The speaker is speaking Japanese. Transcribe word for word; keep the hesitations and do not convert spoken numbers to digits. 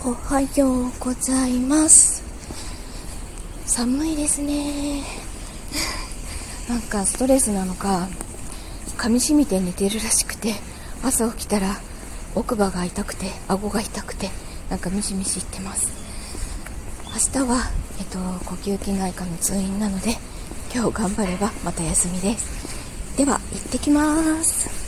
おはようございます。寒いですね。なんかストレスなのか噛みしみて寝てるらしくて、朝起きたら奥歯が痛くて顎が痛くてなんかミシミシ言ってます。明日は、えっと、呼吸器内科の通院なので今日頑張ればまた休みです。では行ってきます。